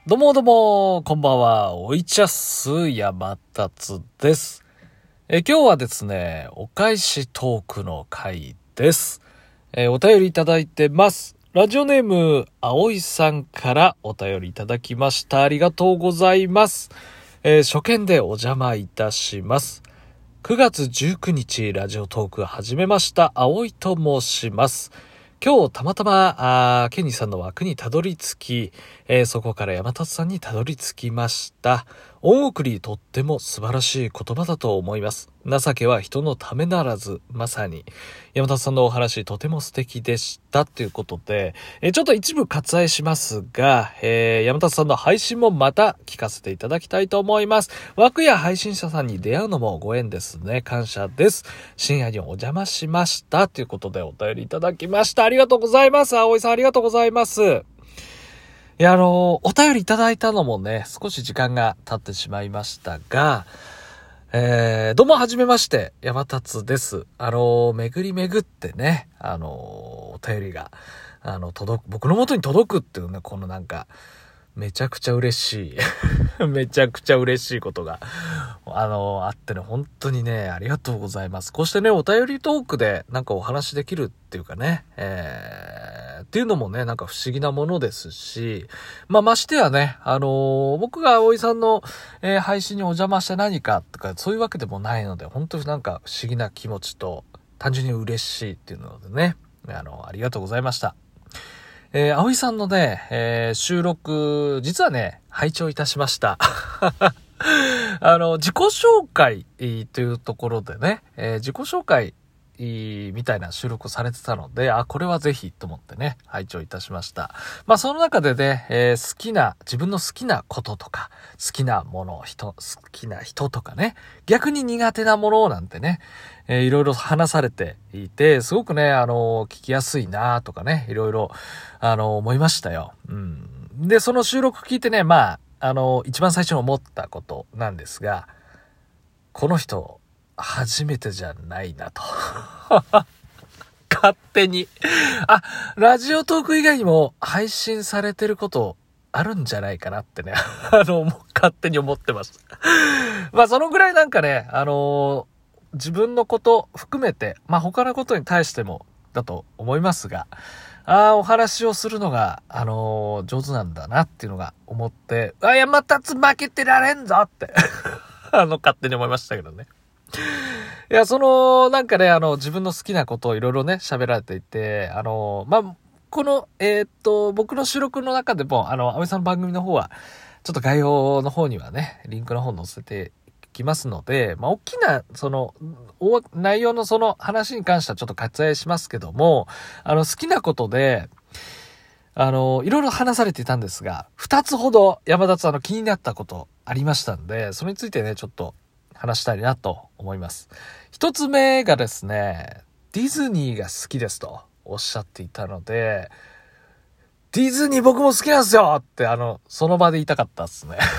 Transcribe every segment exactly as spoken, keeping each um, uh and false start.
どうもどうも、こんばんは。おいちゃす山達です。え今日はですね、お返しトークの回です。えお便りいただいてます。ラジオネーム、あおいさんからお便りいただきました。ありがとうございます。えー、初見でお邪魔いたします。くがつじゅうくにち、ラジオトーク始めました。あおいと申します。今日たまたま、あケニーさんの枠にたどり着き、えー、そこから山達さんにたどり着きました。恩送りとっても素晴らしい言葉だと思います。情けは人のためならず、まさに。山達さんのお話とても素敵でしたということで、えー、ちょっと一部割愛しますが、えー、山達さんの配信もまた聞かせていただきたいと思います。枠や配信者さんに出会うのもご縁ですね。感謝です。深夜にお邪魔しましたということでお便りいただきました。ありがとうございます。葵さんありがとうございます。いや、あの、お便りいただいたのもね、少し時間が経ってしまいましたが、えー、どうもはじめまして、山達です。あの、巡り巡ってね、あの、お便りが、あの、届く、僕の元に届くっていうね、このなんか、めちゃくちゃ嬉しい。めちゃくちゃ嬉しいことが、あの、あってね、本当にね、ありがとうございます。こうしてね、お便りトークでなんかお話できるっていうかね、えー、っていうのもね、なんか不思議なものですし、まあ、ましてやね、あのー、僕が葵さんの、えー、配信にお邪魔して何かとか、そういうわけでもないので、本当になんか不思議な気持ちと、単純に嬉しいっていうのでね、あの、ありがとうございました。えー、葵さんのね、えー、収録、実はね、拝聴いたしました。あの、自己紹介というところでね、えー、自己紹介みたいな収録されてたので、あ、これはぜひと思ってね、拝聴いたしました。まあ、その中でね、えー、好きな、自分の好きなこととか、好きなもの、人、好きな人とかね、逆に苦手なものなんてね、えー、いろいろ話されていて、すごくね、あのー、聞きやすいなとかね、いろいろ、あのー、思いましたよ。うん。で、その収録聞いてね、まあ、あのー、一番最初に思ったことなんですが、この人、初めてじゃないなと。勝手に。あ、ラジオトーク以外にも配信されてることあるんじゃないかなってね。あの、もう勝手に思ってます。まあ、そのぐらいなんかね、あのー、自分のこと含めて、まあ、他のことに対してもだと思いますが、ああ、お話をするのが、あのー、上手なんだなっていうのが思って、あ、山達負けてられんぞって、あの、勝手に思いましたけどね。いや、その、なんかね、あの、自分の好きなことをいろいろね、喋られていて、あの、まあ、この、えー、っと、僕の収録の中でも、あの、葵さんの番組の方は、ちょっと概要の方にはね、リンクの方載せていきますので、まあ、大きな、その、内容のその話に関してはちょっと割愛しますけども、あの、好きなことで、あの、いろいろ話されていたんですが、二つほど山田さんの気になったことありましたんで、それについてね、ちょっと話したいなと思います。一つ目がですね、ディズニーが好きですとおっしゃっていたので、ディズニー僕も好きなんですよって、あの、その場で言いたかったですね。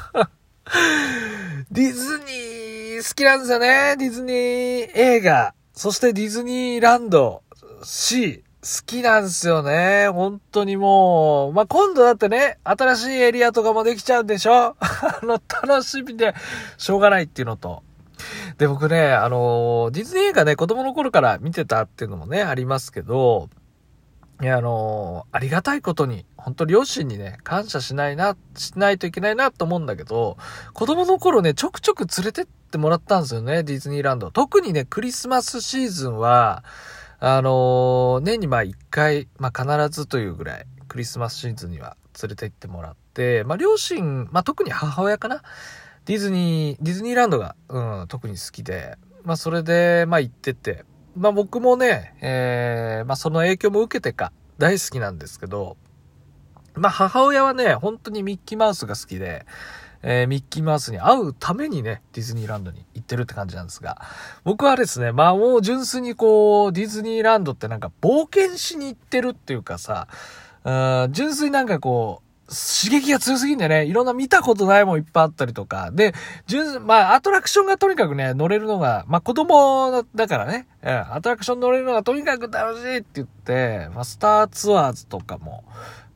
ディズニー好きなんですよね。ディズニー映画、そしてディズニーランド C、好きなんですよね。本当にもう。まあ、今度だってね、新しいエリアとかもできちゃうんでしょあの、楽しみでしょうがないっていうのと。で、僕ね、あの、ディズニー映画ね、子供の頃から見てたっていうのもね、ありますけど、いや、あの、ありがたいことに、本当両親にね、感謝しないな、しないといけないなと思うんだけど、子供の頃ね、ちょくちょく連れてってもらったんですよね、ディズニーランド。特にね、クリスマスシーズンは、あのー、年にまあ一回、まあ必ずというぐらい、クリスマスシーズンには連れて行ってもらって、まあ両親、まあ特に母親かな、ディズニー、ディズニーランドが、うん、特に好きで、まあそれで、まあ行ってて、まあ僕もね、えー、まあその影響も受けてか、大好きなんですけど、まあ母親はね、本当にミッキーマウスが好きで、えー、ミッキーマウスに会うためにね、ディズニーランドに行ってるって感じなんですが、僕はですね、まあもう純粋にこう、ディズニーランドってなんか冒険しに行ってるっていうかさ、うん、純粋になんかこう、刺激が強すぎんだよね。いろんな見たことないもんいっぱいあったりとか。で、純、まあ、アトラクションがとにかくね、乗れるのが、まあ子供だからね、うん、アトラクション乗れるのがとにかく楽しいって言って、まあスターツアーズとかも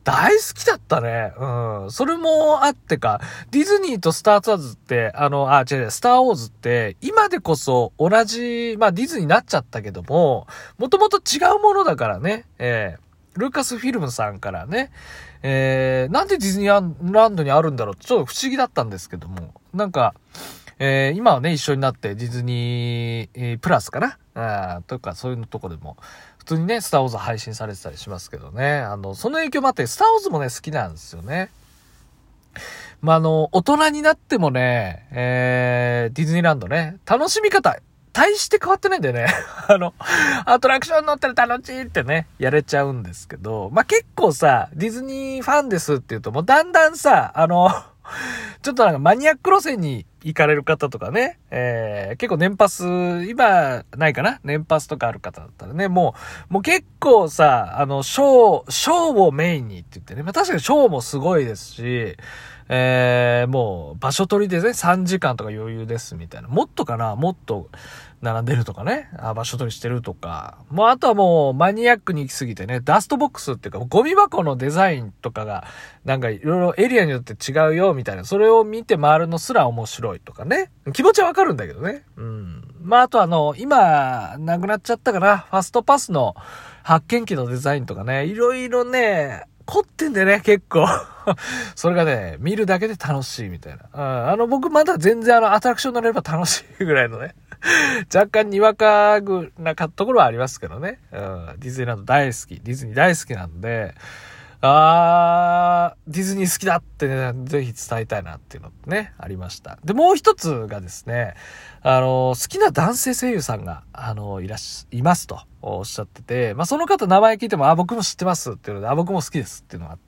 大好きだったね。うん。それもあってか、ディズニーとスターツアーズって、あの、あ、違う違う、スターウォーズって、今でこそ同じ、まあディズニーになっちゃったけども、もともと違うものだからね、えー、ルーカスフィルムさんからね、えー、なんでディズニーランドにあるんだろうってちょっと不思議だったんですけども、なんか、えー、今はね、一緒になってディズニー、えー、プラスかなあとか、そういうのとこでも、普通にね、スターウォーズ配信されてたりしますけどね。あの、その影響もあって、スターウォーズもね、好きなんですよね。まあ、あの、大人になってもね、えー、ディズニーランドね、楽しみ方、大して変わってないんだよね。あの、アトラクション乗ったら楽しいってね、やれちゃうんですけど、まあ、結構さ、ディズニーファンですって言うと、もうだんだんさ、あの、ちょっとなんかマニアック路線に行かれる方とかね、えー、結構年パス、今ないかな年パスとかある方だったらね、もう、もう結構さ、あの、ショー、ショーをメインにって言ってね、まあ確かにショーもすごいですし、えー、もう場所取りでね、さんじかんとか余裕ですみたいな。もっとかなもっと並んでるとかね。あ、場所取りしてるとか。もうあとはもうマニアックに行き過ぎてね、ダストボックスっていうか、ゴミ箱のデザインとかが、なんかいろいろエリアによって違うよみたいな。それを見て回るのすら面白いとかね。気持ちはわかるんだけどね。うん。まああとあの、今、なくなっちゃったかな。ファストパスの発見機のデザインとかね。いろいろね、凝ってんだよね、結構。それがね、見るだけで楽しいみたいな。うん、あの、僕まだ全然あの、アトラクション乗れれば楽しいぐらいのね。若干にわかぐなところはありますけどね。うん、ディズニーランド大好き。ディズニー大好きなんで、あー、ディズニー好きだってね、ぜひ伝えたいなっていうのね、ありました。で、もう一つがですね、あの、好きな男性声優さんが、あの、いらっし、いますとおっしゃってて、まあ、その方名前聞いても、あ、僕も知ってますっていうので、あ、僕も好きですっていうのがあって、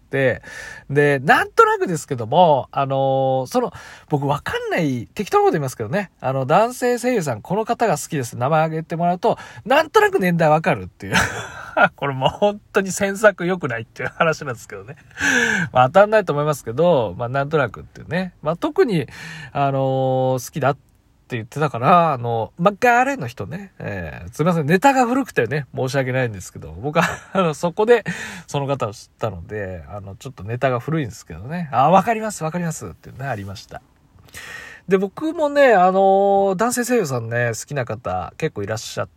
で、なんとなくですけども、あの、その、僕わかんない、適当なこと言いますけどね、あの、男性声優さん、この方が好きです。名前挙げてもらうと、なんとなく年代わかるっていう。これもう本当に詮索良くないっていう話なんですけどね。まあ当たんないと思いますけど、まあなんとなくっていうね。まあ特に、あのー、好きだって言ってたから、あの、まあガーレの人ね、えー、すみません、ネタが古くてね、申し訳ないんですけど、僕は、あの、そこでその方を知ったので、あの、ちょっとネタが古いんですけどね。あ、わかります、わかりますっていうね、ありました。で、僕もね、あのー、男性声優さんね、好きな方結構いらっしゃって、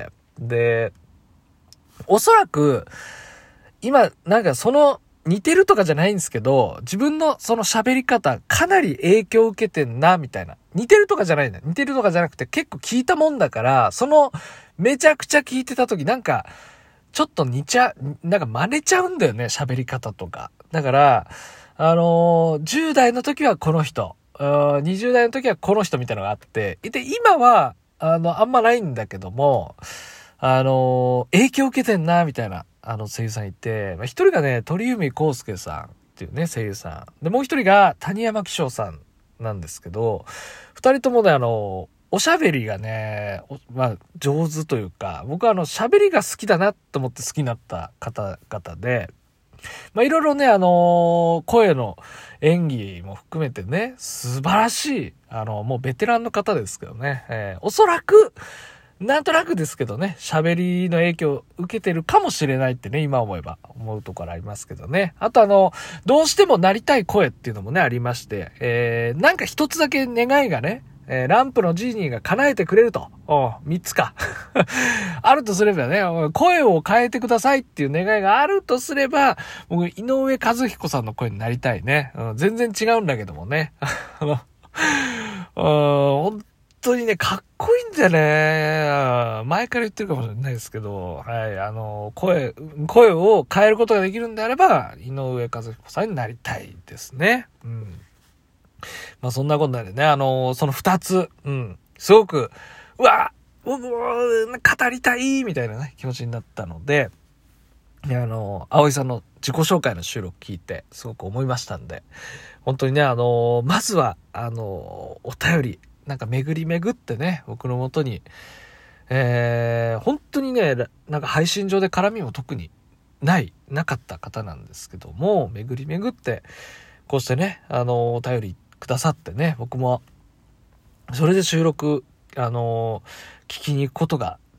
で、おそらく、今、なんかその、似てるとかじゃないんですけど、自分のその喋り方、かなり影響を受けてんな、みたいな。似てるとかじゃないんだ。似てるとかじゃなくて、結構聞いたもんだから、その、めちゃくちゃ聞いてた時、なんか、ちょっと似ちゃ、なんか真似ちゃうんだよね、喋り方とか。だから、あのー、じゅう代の時はこの人、にじゅう代の時はこの人みたいなのがあって、で、今は、あの、あんまないんだけども、あのー、影響受けてんな、みたいな、あの、声優さんいて、まあ、一人がね、鳥海浩介さんっていうね、声優さん。で、もう一人が谷山紀章さんなんですけど、二人ともね、あの、おしゃべりがね、まあ、上手というか、僕はあの、喋りが好きだなと思って好きになった方々で、まあ、いろいろね、あのー、声の演技も含めてね、素晴らしい、あの、もうベテランの方ですけどね、えー、おそらく、なんとなくですけどね、喋りの影響を受けてるかもしれないってね、今思えば思うところありますけどね。あとあの、どうしてもなりたい声っていうのもね、ありまして、えー、なんか一つだけ願いがね、えー、ランプのジーニーが叶えてくれると。おう、三つか。あるとすればね、声を変えてくださいっていう願いがあるとすれば、僕、井上和彦さんの声になりたいね。うん、全然違うんだけどもね。あの、本当にね、かっこいいんだよね。前から言ってるかもしれないですけど、はい、あの、声、声を変えることができるんであれば、井上和彦さんになりたいですね。うん。まあそんなことなんでね、あのー、その二つ、うん、すごく、うわう語りたいみたいなね、気持ちになったので、あのー、葵さんの自己紹介の収録聞いて、すごく思いましたんで、本当にね、あのー、まずは、あのー、お便り、なんか巡り巡ってね、僕の元に、えー、本当にね、なんか配信上で絡みも特にない、なかった方なんですけども、巡り巡って、こうしてね、あのー、お便りくださってね、僕もそれで収録あのー、聞きに行くことが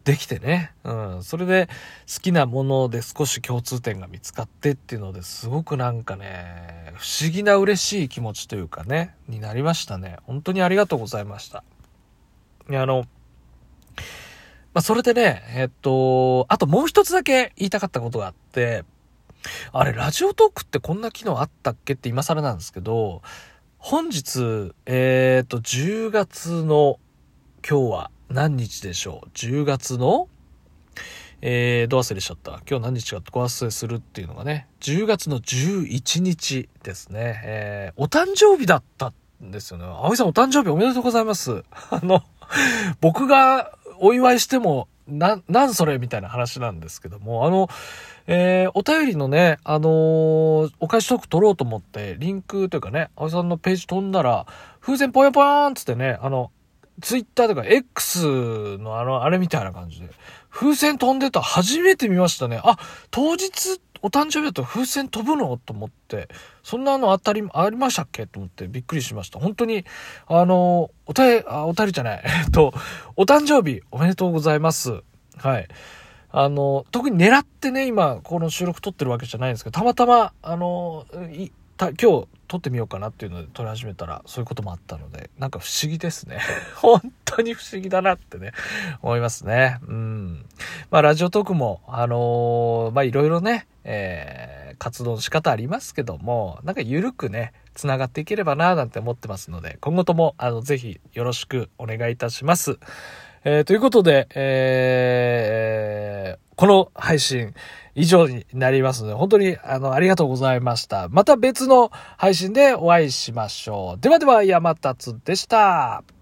できてね。うん。それで好きなもので少し共通点が見つかってっていうのですごくなんかね、不思議な嬉しい気持ちというかね、になりましたね。本当にありがとうございました。いや、あの、まあ、それでね、えっと、あともう一つだけ言いたかったことがあって、あれ、ラジオトークってこんな機能あったっけって今更なんですけど、本日、えっと、じゅうがつの今日は何日でしょう ?じゅう 月の、えー、ど忘れしちゃった。今日何日かってご忘れするっていうのがね、じゅうがつのじゅういちにちですね。えー、お誕生日だったんですよね。葵さんお誕生日おめでとうございます。あの、僕がお祝いしても、な、なんそれみたいな話なんですけども、あの、えー、お便りのね、あのー、お返しトーク取ろうと思って、リンクというかね、葵さんのページ飛んだら、風船ぽよぽよーんつってね、あの、ツイッターとか X のあの、あれみたいな感じで、風船飛んでた初めて見ましたね。あ、当日お誕生日だと風船飛ぶのと思って、そんなの当たり、ありましたっけと思ってびっくりしました。本当に、あの、おたえ、あ、おたりじゃない。えっと、お誕生日おめでとうございます。はい。あの、特に狙ってね、今、この収録撮ってるわけじゃないんですけど、たまたま、あの、いた今日撮ってみようかなっていうので撮り始めたら、そういうこともあったので、なんか不思議ですね。本当に不思議だなってね、思いますね。うん。まあ、ラジオトークも、あのー、まあ、いろいろね、えー、活動の仕方ありますけども、なんか緩くね、つながっていければな、なんて思ってますので、今後とも、あの、ぜひよろしくお願いいたします。えー、ということで、えー、この配信以上になりますので、本当にあの、ありがとうございました。また別の配信でお会いしましょう。ではでは、山達でした。